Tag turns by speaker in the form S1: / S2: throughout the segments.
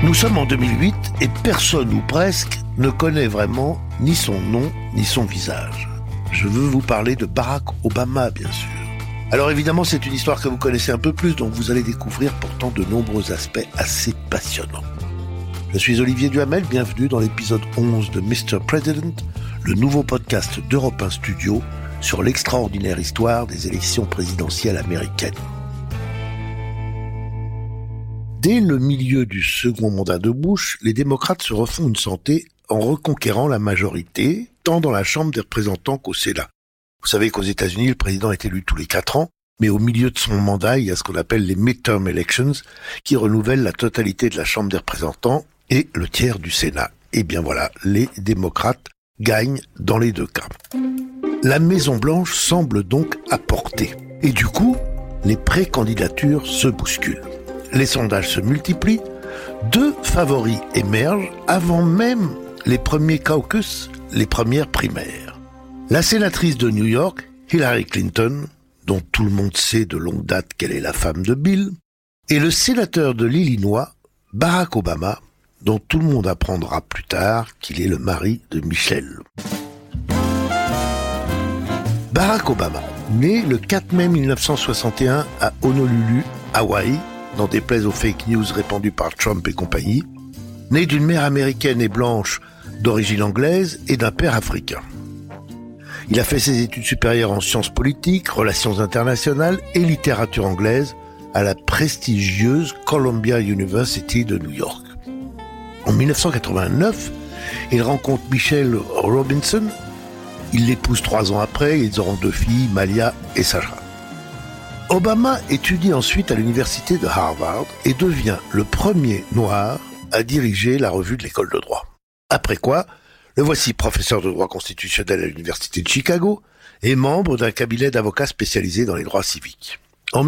S1: Nous sommes en 2008 et personne ou presque ne connaît vraiment ni son nom ni son visage. Je veux vous parler de Barack Obama, bien sûr. Alors évidemment, c'est une histoire que vous connaissez un peu plus, dont vous allez découvrir pourtant de nombreux aspects assez passionnants. Je suis Olivier Duhamel, bienvenue dans l'épisode 11 de Mr. President, le nouveau podcast d'Europe 1 Studio sur l'extraordinaire histoire des élections présidentielles américaines. Dès le milieu du second mandat de Bush, les démocrates se refont une santé en reconquérant la majorité, tant dans la Chambre des représentants qu'au Sénat. Vous savez qu'aux États-Unis, le président est élu tous les 4 ans, mais au milieu de son mandat, il y a ce qu'on appelle les midterm elections, qui renouvellent la totalité de la Chambre des représentants et le tiers du Sénat. Et bien voilà, les démocrates gagnent dans les deux cas. La Maison-Blanche semble donc à portée. Et du coup, les pré-candidatures se bousculent. Les sondages se multiplient, 2 favoris émergent avant même les premiers caucus, les premières primaires. La sénatrice de New York, Hillary Clinton, dont tout le monde sait de longue date qu'elle est la femme de Bill, et le sénateur de l'Illinois, Barack Obama, dont tout le monde apprendra plus tard qu'il est le mari de Michelle. Barack Obama, né le 4 mai 1961 à Honolulu, Hawaï, n'en déplaise aux fake news répandues par Trump et compagnie, né d'une mère américaine et blanche d'origine anglaise et d'un père africain. Il a fait ses études supérieures en sciences politiques, relations internationales et littérature anglaise à la prestigieuse Columbia University de New York. En 1989, il rencontre Michelle Robinson. Il l'épouse 3 ans après, ils auront 2 filles, Malia et Sasha. Obama étudie ensuite à l'université de Harvard et devient le premier noir à diriger la revue de l'école de droit. Après quoi, le voici professeur de droit constitutionnel à l'université de Chicago et membre d'un cabinet d'avocats spécialisé dans les droits civiques. En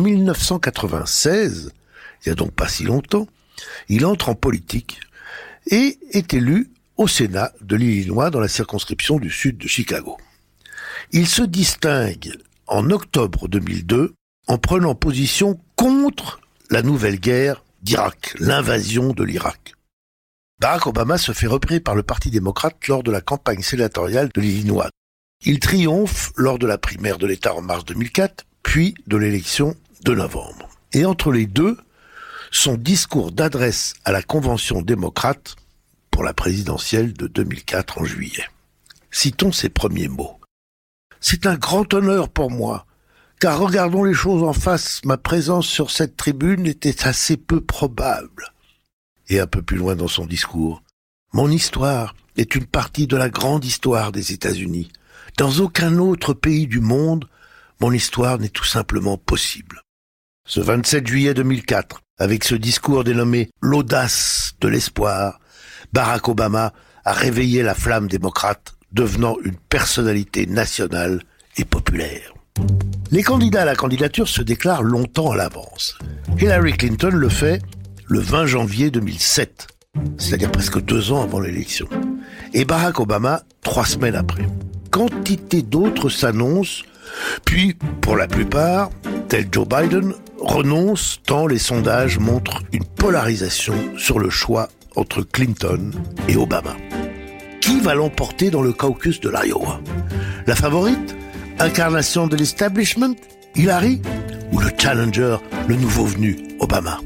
S1: 1996, il n'y a donc pas si longtemps, il entre en politique et est élu au Sénat de l'Illinois dans la circonscription du sud de Chicago. Il se distingue en octobre 2002 en prenant position contre la nouvelle guerre d'Irak, l'invasion de l'Irak. Barack Obama se fait repérer par le Parti démocrate lors de la campagne sénatoriale de l'Illinois. Il triomphe lors de la primaire de l'État en mars 2004, puis de l'élection de novembre. Et entre les deux, son discours d'adresse à la Convention démocrate pour la présidentielle de 2004 en juillet. Citons ses premiers mots. « C'est un grand honneur pour moi, car regardons les choses en face, ma présence sur cette tribune était assez peu probable. » Et un peu plus loin dans son discours, « Mon histoire est une partie de la grande histoire des États-Unis. Dans aucun autre pays du monde, mon histoire n'est tout simplement possible. » Ce 27 juillet 2004, avec ce discours dénommé « L'audace de l'espoir », Barack Obama a réveillé la flamme démocrate, devenant une personnalité nationale et populaire. Les candidats à la candidature se déclarent longtemps à l'avance. Hillary Clinton le fait le 20 janvier 2007, c'est-à-dire presque 2 ans avant l'élection. Et Barack Obama 3 semaines après. Quantité d'autres s'annoncent, puis, pour la plupart, tel Joe Biden, renoncent tant les sondages montrent une polarisation sur le choix entre Clinton et Obama. Qui va l'emporter dans le caucus de l'Iowa ? La favorite ? Incarnation de l'establishment, Hillary, ou le challenger, le nouveau venu, Obama.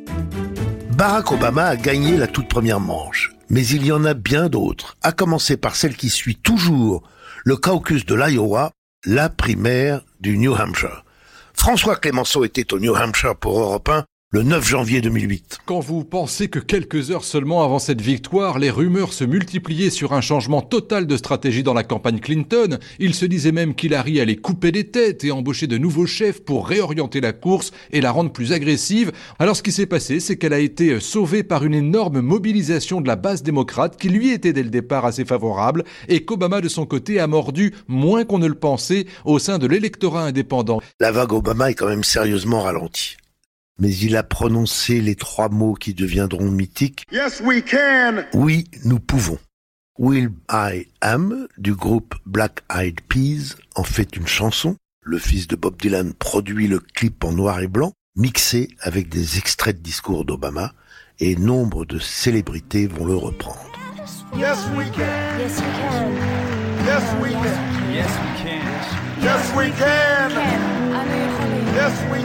S1: Barack Obama a gagné la toute première manche, mais il y en a bien d'autres, à commencer par celle qui suit toujours le caucus de l'Iowa, la primaire du New Hampshire. François Clémenceau était au New Hampshire pour Europe 1 le 9 janvier 2008.
S2: Quand vous pensez que quelques heures seulement avant cette victoire, les rumeurs se multipliaient sur un changement total de stratégie dans la campagne Clinton, il se disait même qu'Hillary allait couper des têtes et embaucher de nouveaux chefs pour réorienter la course et la rendre plus agressive. Alors ce qui s'est passé, c'est qu'elle a été sauvée par une énorme mobilisation de la base démocrate qui lui était dès le départ assez favorable et qu'Obama de son côté a mordu moins qu'on ne le pensait au sein de l'électorat indépendant.
S1: La vague Obama est quand même sérieusement ralentie. Mais il a prononcé les 3 mots qui deviendront mythiques. Yes, we can. Oui, nous pouvons. Will I Am du groupe Black Eyed Peas en fait une chanson. Le fils de Bob Dylan produit le clip en noir et blanc, mixé avec des extraits de discours d'Obama. et nombre de célébrités vont le reprendre.
S3: Yes, we can. Yes, we can. Yes, we can. Yes, we can. Yes, we can. Yes, we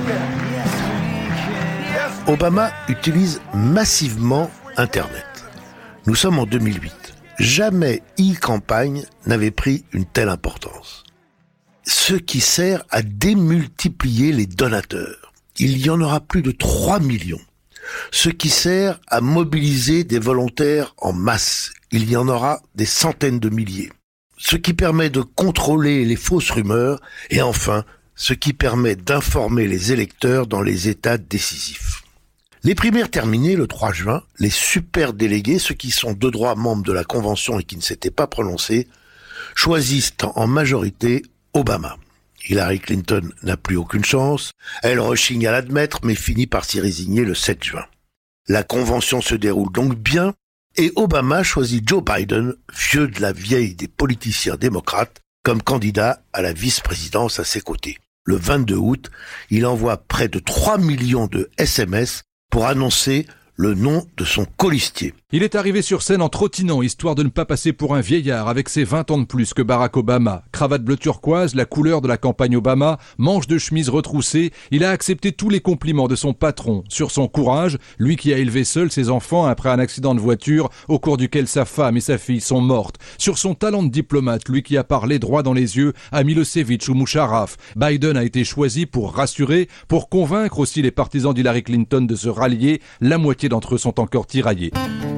S3: can.
S1: Obama utilise massivement Internet. Nous sommes en 2008. Jamais e-campagne n'avait pris une telle importance. Ce qui sert à démultiplier les donateurs. Il y en aura plus de 3 millions. Ce qui sert à mobiliser des volontaires en masse. Il y en aura des centaines de milliers. Ce qui permet de contrôler les fausses rumeurs. Et enfin, ce qui permet d'informer les électeurs dans les états décisifs. Les primaires terminées le 3 juin, les super-délégués, ceux qui sont de droit membres de la Convention et qui ne s'étaient pas prononcés, choisissent en majorité Obama. Hillary Clinton n'a plus aucune chance, elle rechigne à l'admettre mais finit par s'y résigner le 7 juin. La Convention se déroule donc bien et Obama choisit Joe Biden, vieux de la vieille des politiciens démocrates, comme candidat à la vice-présidence à ses côtés. Le 22 août, il envoie près de 3 millions de SMS pour annoncer le nom de son colistier.
S2: Il est arrivé sur scène en trottinant, histoire de ne pas passer pour un vieillard avec ses 20 ans de plus que Barack Obama. Cravate bleu turquoise, la couleur de la campagne Obama, manche de chemise retroussée, il a accepté tous les compliments de son patron sur son courage, lui qui a élevé seul ses enfants après un accident de voiture au cours duquel sa femme et sa fille sont mortes, sur son talent de diplomate, lui qui a parlé droit dans les yeux à Milosevic ou Musharraf. Biden a été choisi pour rassurer, pour convaincre aussi les partisans d'Hillary Clinton de se rallier, la moitié d'entre eux sont encore tiraillés.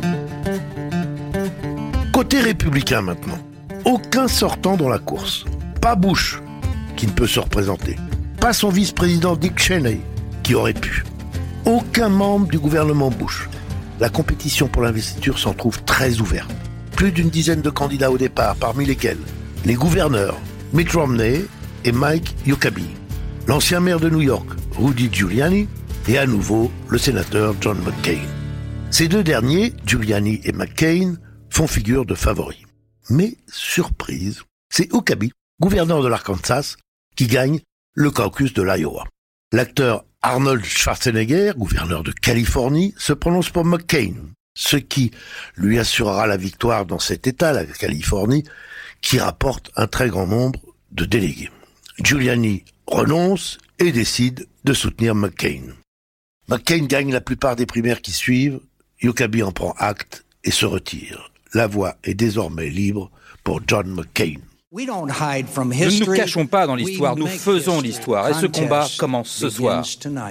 S1: Côté républicain maintenant, aucun sortant dans la course. Pas Bush, qui ne peut se représenter. Pas son vice-président Dick Cheney, qui aurait pu. Aucun membre du gouvernement Bush. La compétition pour l'investiture s'en trouve très ouverte. Plus d'une dizaine de candidats au départ, parmi lesquels les gouverneurs Mitt Romney et Mike Huckabee, l'ancien maire de New York, Rudy Giuliani, et à nouveau le sénateur John McCain. Ces deux derniers, Giuliani et McCain, font figure de favoris. Mais, surprise, c'est Huckabee, gouverneur de l'Arkansas, qui gagne le caucus de l'Iowa. L'acteur Arnold Schwarzenegger, gouverneur de Californie, se prononce pour McCain, ce qui lui assurera la victoire dans cet État, la Californie, qui rapporte un très grand nombre de délégués. Giuliani renonce et décide de soutenir McCain. McCain gagne la plupart des primaires qui suivent, Huckabee en prend acte et se retire. La voie est désormais libre pour John McCain.
S4: Nous ne nous cachons pas dans l'histoire, nous faisons l'histoire et ce combat commence ce soir.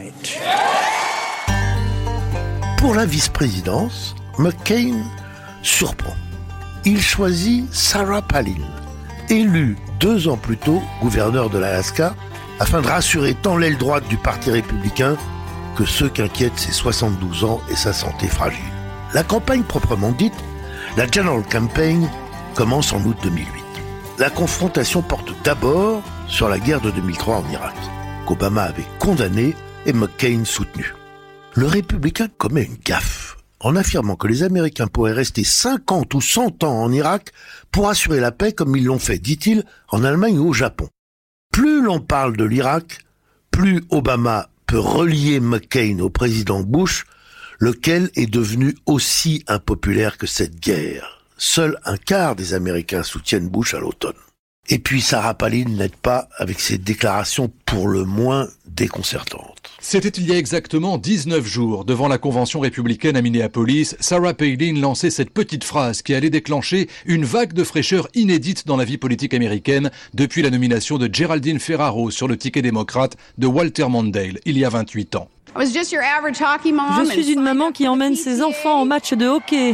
S1: Pour la vice-présidence, McCain surprend. Il choisit Sarah Palin, élue 2 ans plus tôt gouverneur de l'Alaska, afin de rassurer tant l'aile droite du Parti républicain que ceux qu'inquiètent ses 72 ans et sa santé fragile. La campagne proprement dite, la General Campaign, commence en août 2008. La confrontation porte d'abord sur la guerre de 2003 en Irak, qu'Obama avait condamnée et McCain soutenu. Le républicain commet une gaffe en affirmant que les Américains pourraient rester 50 ou 100 ans en Irak pour assurer la paix comme ils l'ont fait, dit-il, en Allemagne ou au Japon. Plus l'on parle de l'Irak, plus Obama peut relier McCain au président Bush, lequel est devenu aussi impopulaire que cette guerre. Seul un quart des Américains soutiennent Bush à l'automne. Et puis Sarah Palin n'aide pas avec ses déclarations pour le moins déconcertantes.
S2: C'était il y a exactement 19 jours, devant la convention républicaine à Minneapolis, Sarah Palin lançait cette petite phrase qui allait déclencher une vague de fraîcheur inédite dans la vie politique américaine depuis la nomination de Geraldine Ferraro sur le ticket démocrate de Walter Mondale il y a 28 ans.
S5: Je suis une maman qui emmène ses enfants en match de hockey.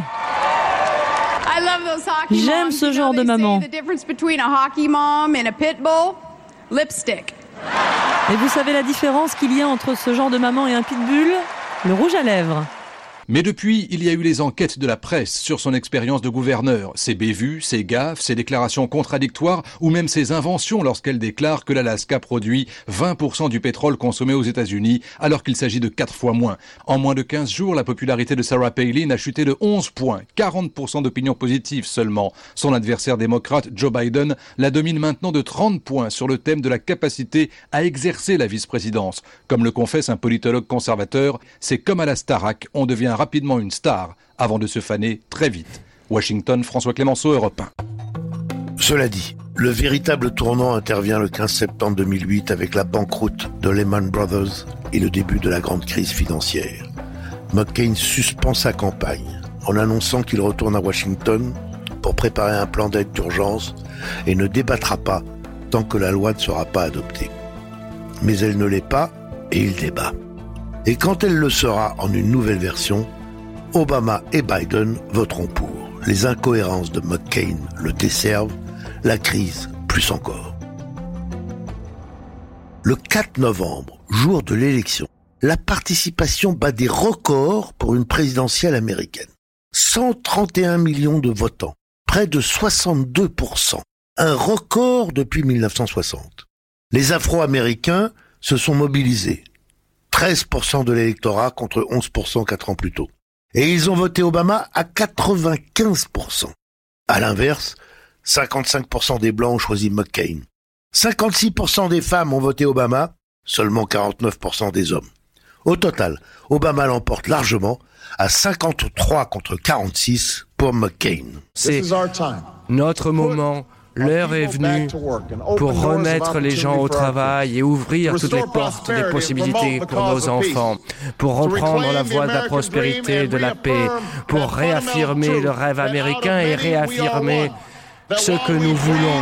S5: J'aime ce genre de maman. Et vous savez la différence qu'il y a entre ce genre de maman et un pitbull ? Le rouge à lèvres.
S2: Mais depuis, il y a eu les enquêtes de la presse sur son expérience de gouverneur, ses bévues, ses gaffes, ses déclarations contradictoires ou même ses inventions lorsqu'elle déclare que l'Alaska produit 20% du pétrole consommé aux États-Unis alors qu'il s'agit de 4 fois moins. En moins de 15 jours, la popularité de Sarah Palin a chuté de 11 points, 40% d'opinion positive seulement. Son adversaire démocrate, Joe Biden, la domine maintenant de 30 points sur le thème de la capacité à exercer la vice-présidence. Comme le confesse un politologue conservateur, c'est comme à la Starac, on devient rapidement une star, avant de se faner très vite. Washington, François Clémenceau, Europe 1.
S1: Cela dit, le véritable tournant intervient le 15 septembre 2008 avec la banqueroute de Lehman Brothers et le début de la grande crise financière. McCain suspend sa campagne en annonçant qu'il retourne à Washington pour préparer un plan d'aide d'urgence et ne débattra pas tant que la loi ne sera pas adoptée. Mais elle ne l'est pas et il débat. Et quand elle le sera en une nouvelle version, Obama et Biden voteront pour. Les incohérences de McCain le desservent, la crise plus encore. Le 4 novembre, jour de l'élection, la participation bat des records pour une présidentielle américaine. 131 millions de votants, près de 62%, un record depuis 1960. Les Afro-Américains se sont mobilisés, 13% de l'électorat contre 11% 4 ans plus tôt. Et ils ont voté Obama à 95%. À l'inverse, 55% des Blancs ont choisi McCain. 56% des femmes ont voté Obama, seulement 49% des hommes. Au total, Obama l'emporte largement à 53 contre 46 pour McCain.
S6: C'est notre moment. L'heure est venue pour remettre les gens au travail et ouvrir toutes les portes des possibilités pour nos enfants, pour reprendre la voie de la prospérité et de la paix, pour réaffirmer le rêve américain et réaffirmer ce que nous voulons.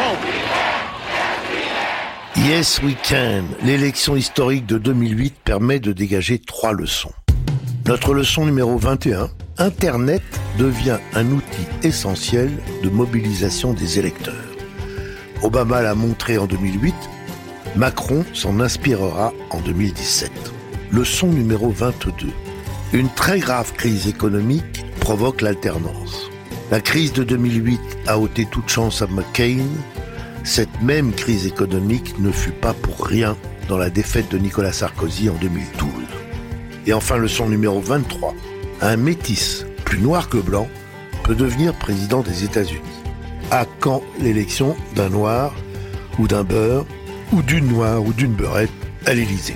S1: Yes We Can, l'élection historique de 2008 permet de dégager 3 leçons. Notre leçon numéro 21, Internet devient un outil essentiel de mobilisation des électeurs. Obama l'a montré en 2008, Macron s'en inspirera en 2017. Leçon numéro 22, une très grave crise économique provoque l'alternance. La crise de 2008 a ôté toute chance à McCain. Cette même crise économique ne fut pas pour rien dans la défaite de Nicolas Sarkozy en 2012. Et enfin, leçon numéro 23. Un métis, plus noir que blanc, peut devenir président des États-Unis. À quand l'élection d'un noir ou d'un beurre, ou d'une noire ou d'une beurrette à l'Élysée?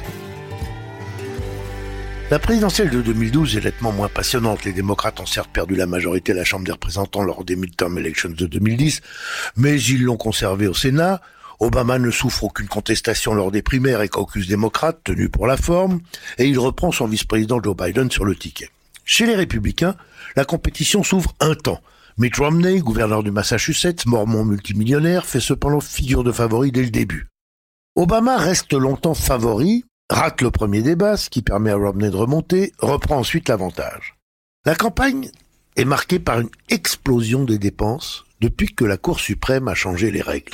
S1: La présidentielle de 2012 est nettement moins passionnante. Les démocrates ont certes perdu la majorité à la Chambre des représentants lors des midterm elections de 2010, mais ils l'ont conservée au Sénat. Obama ne souffre aucune contestation lors des primaires et caucus démocrates, tenus pour la forme, et il reprend son vice-président Joe Biden sur le ticket. Chez les républicains, la compétition s'ouvre un temps. Mitt Romney, gouverneur du Massachusetts, mormon multimillionnaire, fait cependant figure de favori dès le début. Obama reste longtemps favori, rate le premier débat, ce qui permet à Romney de remonter, reprend ensuite l'avantage. La campagne est marquée par une explosion des dépenses depuis que la Cour suprême a changé les règles.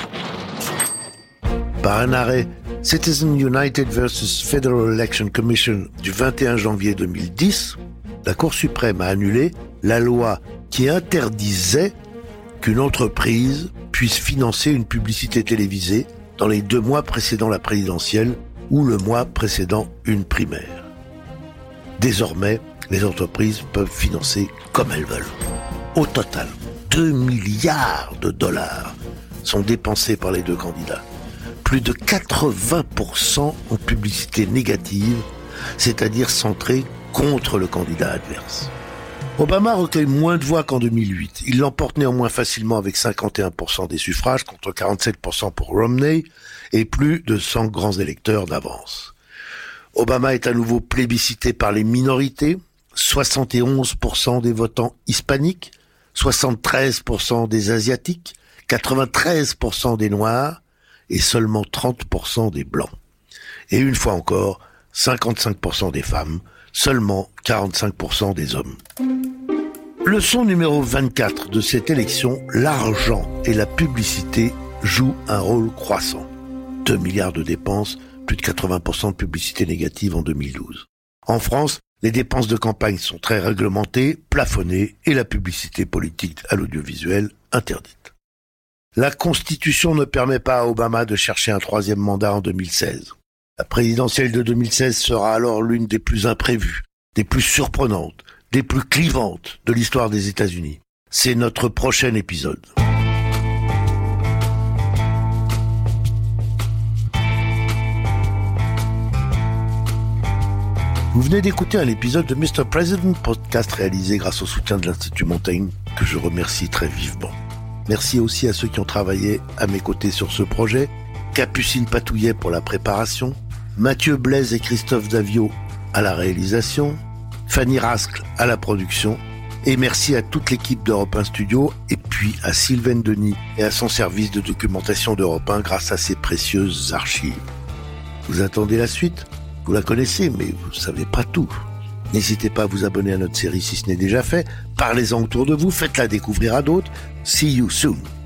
S1: Par un arrêt Citizens United vs Federal Election Commission du 21 janvier 2010, la Cour suprême a annulé la loi qui interdisait qu'une entreprise puisse financer une publicité télévisée dans les 2 mois précédant la présidentielle ou le mois précédant une primaire. Désormais, les entreprises peuvent financer comme elles veulent. Au total, 2 milliards de dollars sont dépensés par les 2 candidats. Plus de 80% en publicité négative, c'est-à-dire centrée contre le candidat adverse. Obama recueille moins de voix qu'en 2008. Il l'emporte néanmoins facilement avec 51% des suffrages contre 47% pour Romney et plus de 100 grands électeurs d'avance. Obama est à nouveau plébiscité par les minorités, 71% des votants hispaniques, 73% des asiatiques, 93% des noirs et seulement 30% des blancs. Et une fois encore, 55% des femmes, seulement 45% des hommes. Leçon numéro 24 de cette élection, l'argent et la publicité jouent un rôle croissant. 2 milliards de dépenses, plus de 80% de publicité négative en 2012. En France, les dépenses de campagne sont très réglementées, plafonnées et la publicité politique à l'audiovisuel interdite. La Constitution ne permet pas à Obama de chercher un 3e mandat en 2016. La présidentielle de 2016 sera alors l'une des plus imprévues, des plus surprenantes, des plus clivantes de l'histoire des États-Unis. C'est notre prochain épisode. Vous venez d'écouter un épisode de Mr. President, podcast réalisé grâce au soutien de l'Institut Montaigne, que je remercie très vivement. Merci aussi à ceux qui ont travaillé à mes côtés sur ce projet, Capucine Patouillet pour la préparation, Mathieu Blaise et Christophe Davio à la réalisation, Fanny Rascle à la production, et merci à toute l'équipe d'Europe 1 Studio, et puis à Sylvain Denis et à son service de documentation d'Europe 1 grâce à ses précieuses archives. Vous attendez la suite ? Vous la connaissez, mais vous ne savez pas tout. N'hésitez pas à vous abonner à notre série si ce n'est déjà fait. Parlez-en autour de vous, faites-la découvrir à d'autres. See you soon.